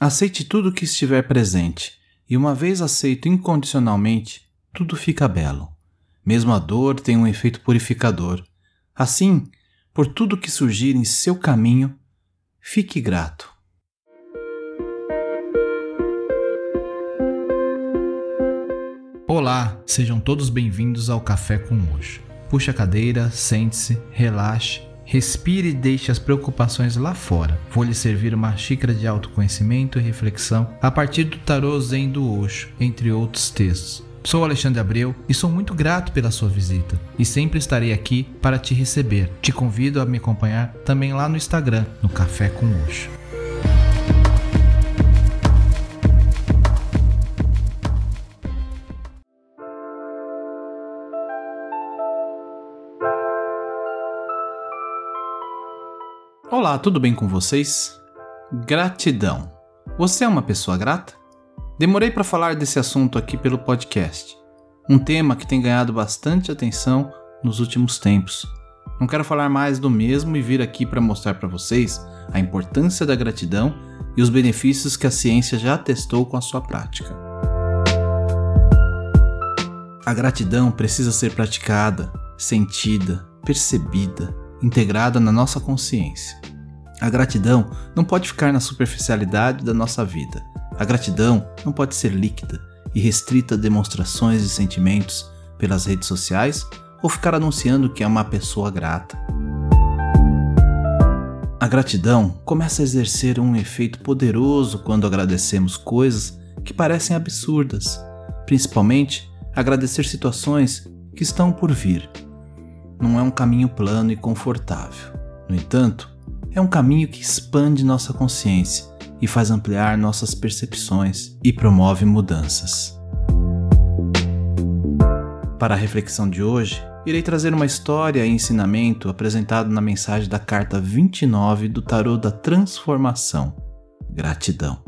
Aceite tudo o que estiver presente, e uma vez aceito incondicionalmente, tudo fica belo. Mesmo a dor tem um efeito purificador. Assim, por tudo que surgir em seu caminho, fique grato. Olá, sejam todos bem-vindos ao Café com Osho. Puxe a cadeira, sente-se, relaxe, respire e deixe as preocupações lá fora. Vou lhe servir uma xícara de autoconhecimento e reflexão a partir do Tarô Zen do Osho, entre outros textos. Sou Alexandre Abreu e sou muito grato pela sua visita e sempre estarei aqui para te receber. Te convido a me acompanhar também lá no Instagram, no Café com Osho. Olá, tudo bem com vocês? Gratidão. Você é uma pessoa grata? Demorei para falar desse assunto aqui pelo podcast. Um tema que tem ganhado bastante atenção nos últimos tempos. Não quero falar mais do mesmo e vir aqui para mostrar para vocês a importância da gratidão e os benefícios que a ciência já testou com a sua prática. A gratidão precisa ser praticada, sentida, percebida, integrada na nossa consciência. A gratidão não pode ficar na superficialidade da nossa vida. A gratidão não pode ser líquida e restrita a demonstrações de sentimentos pelas redes sociais ou ficar anunciando que é uma pessoa grata. A gratidão começa a exercer um efeito poderoso quando agradecemos coisas que parecem absurdas, principalmente agradecer situações que estão por vir. Não é um caminho plano e confortável. No entanto, é um caminho que expande nossa consciência e faz ampliar nossas percepções e promove mudanças. Para a reflexão de hoje, irei trazer uma história e ensinamento apresentado na mensagem da carta 29 do Tarô da Transformação. Gratidão.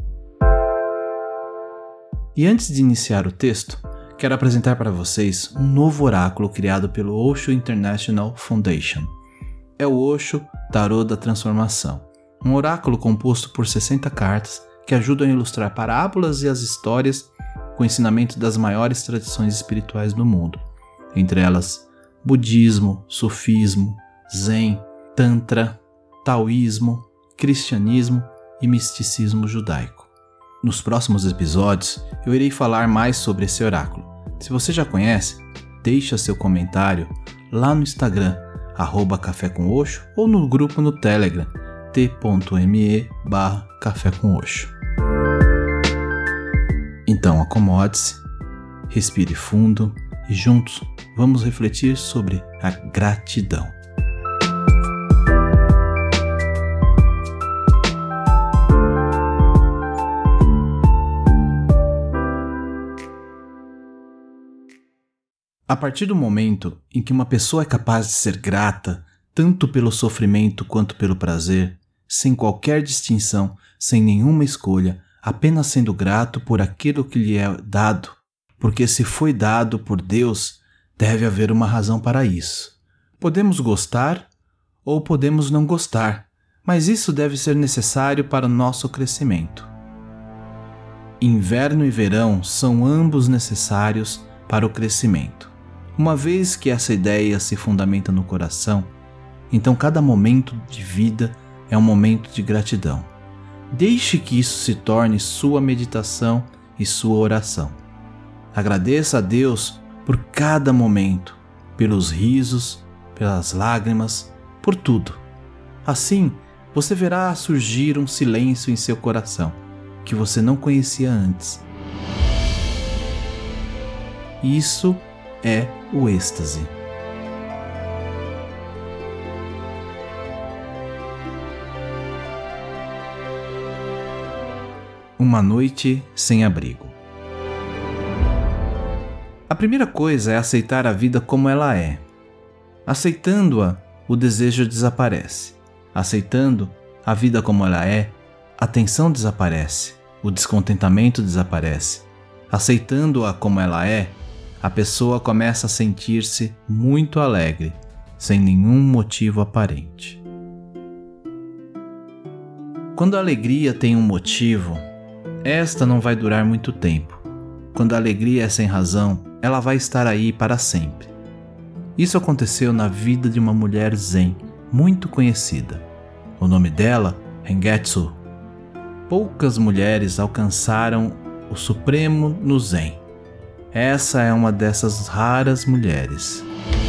E antes de iniciar o texto, quero apresentar para vocês um novo oráculo criado pelo Osho International Foundation. É o Osho Tarô da Transformação, um oráculo composto por 60 cartas que ajudam a ilustrar parábolas e as histórias com ensinamento das maiores tradições espirituais do mundo, entre elas budismo, sufismo, zen, tantra, taoísmo, cristianismo e misticismo judaico. Nos próximos episódios eu irei falar mais sobre esse oráculo. Se você já conhece, deixa seu comentário lá no Instagram, @café com Osho, ou no grupo no Telegram, t.me/café com Osho. Então acomode-se, respire fundo e juntos vamos refletir sobre a gratidão. A partir do momento em que uma pessoa é capaz de ser grata, tanto pelo sofrimento quanto pelo prazer, sem qualquer distinção, sem nenhuma escolha, apenas sendo grato por aquilo que lhe é dado, porque se foi dado por Deus, deve haver uma razão para isso. Podemos gostar ou podemos não gostar, mas isso deve ser necessário para o nosso crescimento. Inverno e verão são ambos necessários para o crescimento. Uma vez que essa ideia se fundamenta no coração, então cada momento de vida é um momento de gratidão. Deixe que isso se torne sua meditação e sua oração. Agradeça a Deus por cada momento, pelos risos, pelas lágrimas, por tudo. Assim, você verá surgir um silêncio em seu coração, que você não conhecia antes. Isso é o êxtase. Uma noite sem abrigo. A primeira coisa é aceitar a vida como ela é. Aceitando-a, o desejo desaparece. Aceitando a vida como ela é, a tensão desaparece, o descontentamento desaparece. Aceitando-a como ela é, a pessoa começa a sentir-se muito alegre, sem nenhum motivo aparente. Quando a alegria tem um motivo, esta não vai durar muito tempo. Quando a alegria é sem razão, ela vai estar aí para sempre. Isso aconteceu na vida de uma mulher zen muito conhecida. O nome dela é Rengetsu. Poucas mulheres alcançaram o supremo no zen. Essa é uma dessas raras mulheres.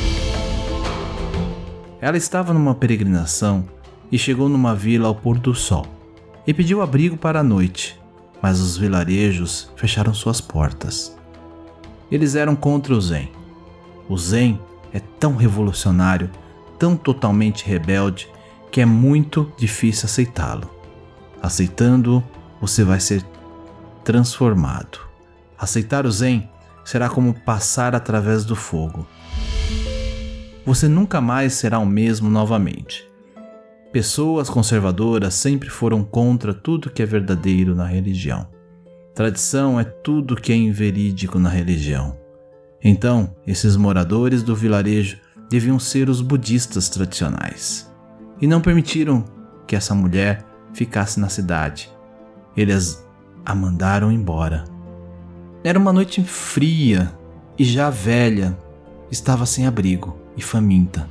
Ela estava numa peregrinação e chegou numa vila ao pôr do sol e pediu abrigo para a noite, mas os vilarejos fecharam suas portas. Eles eram contra o zen. O zen é tão revolucionário, tão totalmente rebelde, que é muito difícil aceitá-lo. Aceitando-o, você vai ser transformado. Aceitar o zen será como passar através do fogo. Você nunca mais será o mesmo novamente. Pessoas conservadoras sempre foram contra tudo que é verdadeiro na religião. Tradição é tudo que é inverídico na religião. Então, esses moradores do vilarejo deviam ser os budistas tradicionais. E não permitiram que essa mulher ficasse na cidade. Eles a mandaram embora. Era uma noite fria e já velha, estava sem abrigo e faminta.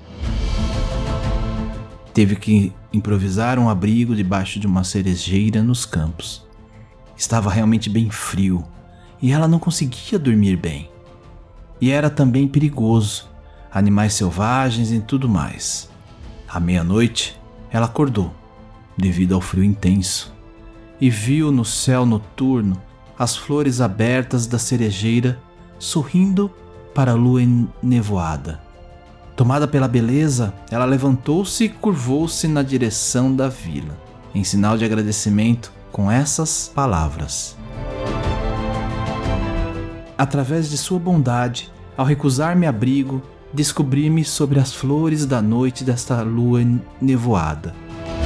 Teve que improvisar um abrigo debaixo de uma cerejeira nos campos. Estava realmente bem frio e ela não conseguia dormir bem. E era também perigoso, animais selvagens e tudo mais. À meia-noite, ela acordou, devido ao frio intenso, e viu no céu noturno as flores abertas da cerejeira sorrindo para a lua enevoada. Tomada pela beleza, ela levantou-se e curvou-se na direção da vila, em sinal de agradecimento com essas palavras: através de sua bondade, ao recusar-me abrigo, descobri-me sobre as flores da noite desta lua nevoada.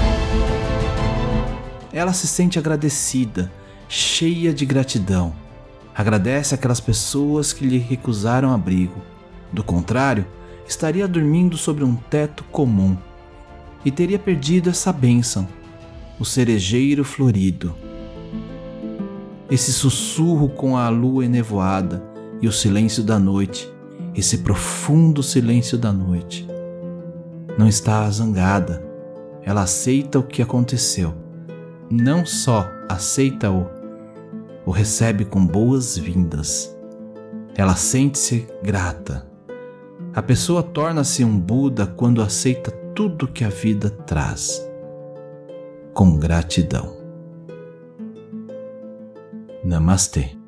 Ela se sente agradecida, cheia de gratidão. Agradece aquelas pessoas que lhe recusaram abrigo. Do contrário, estaria dormindo sobre um teto comum e teria perdido essa bênção, o cerejeiro florido. Esse sussurro com a lua enevoada e o silêncio da noite, esse profundo silêncio da noite. Não está zangada, ela aceita o que aconteceu. Não só aceita-o, o recebe com boas-vindas. Ela sente-se grata. A pessoa torna-se um Buda quando aceita tudo que a vida traz, com gratidão. Namastê.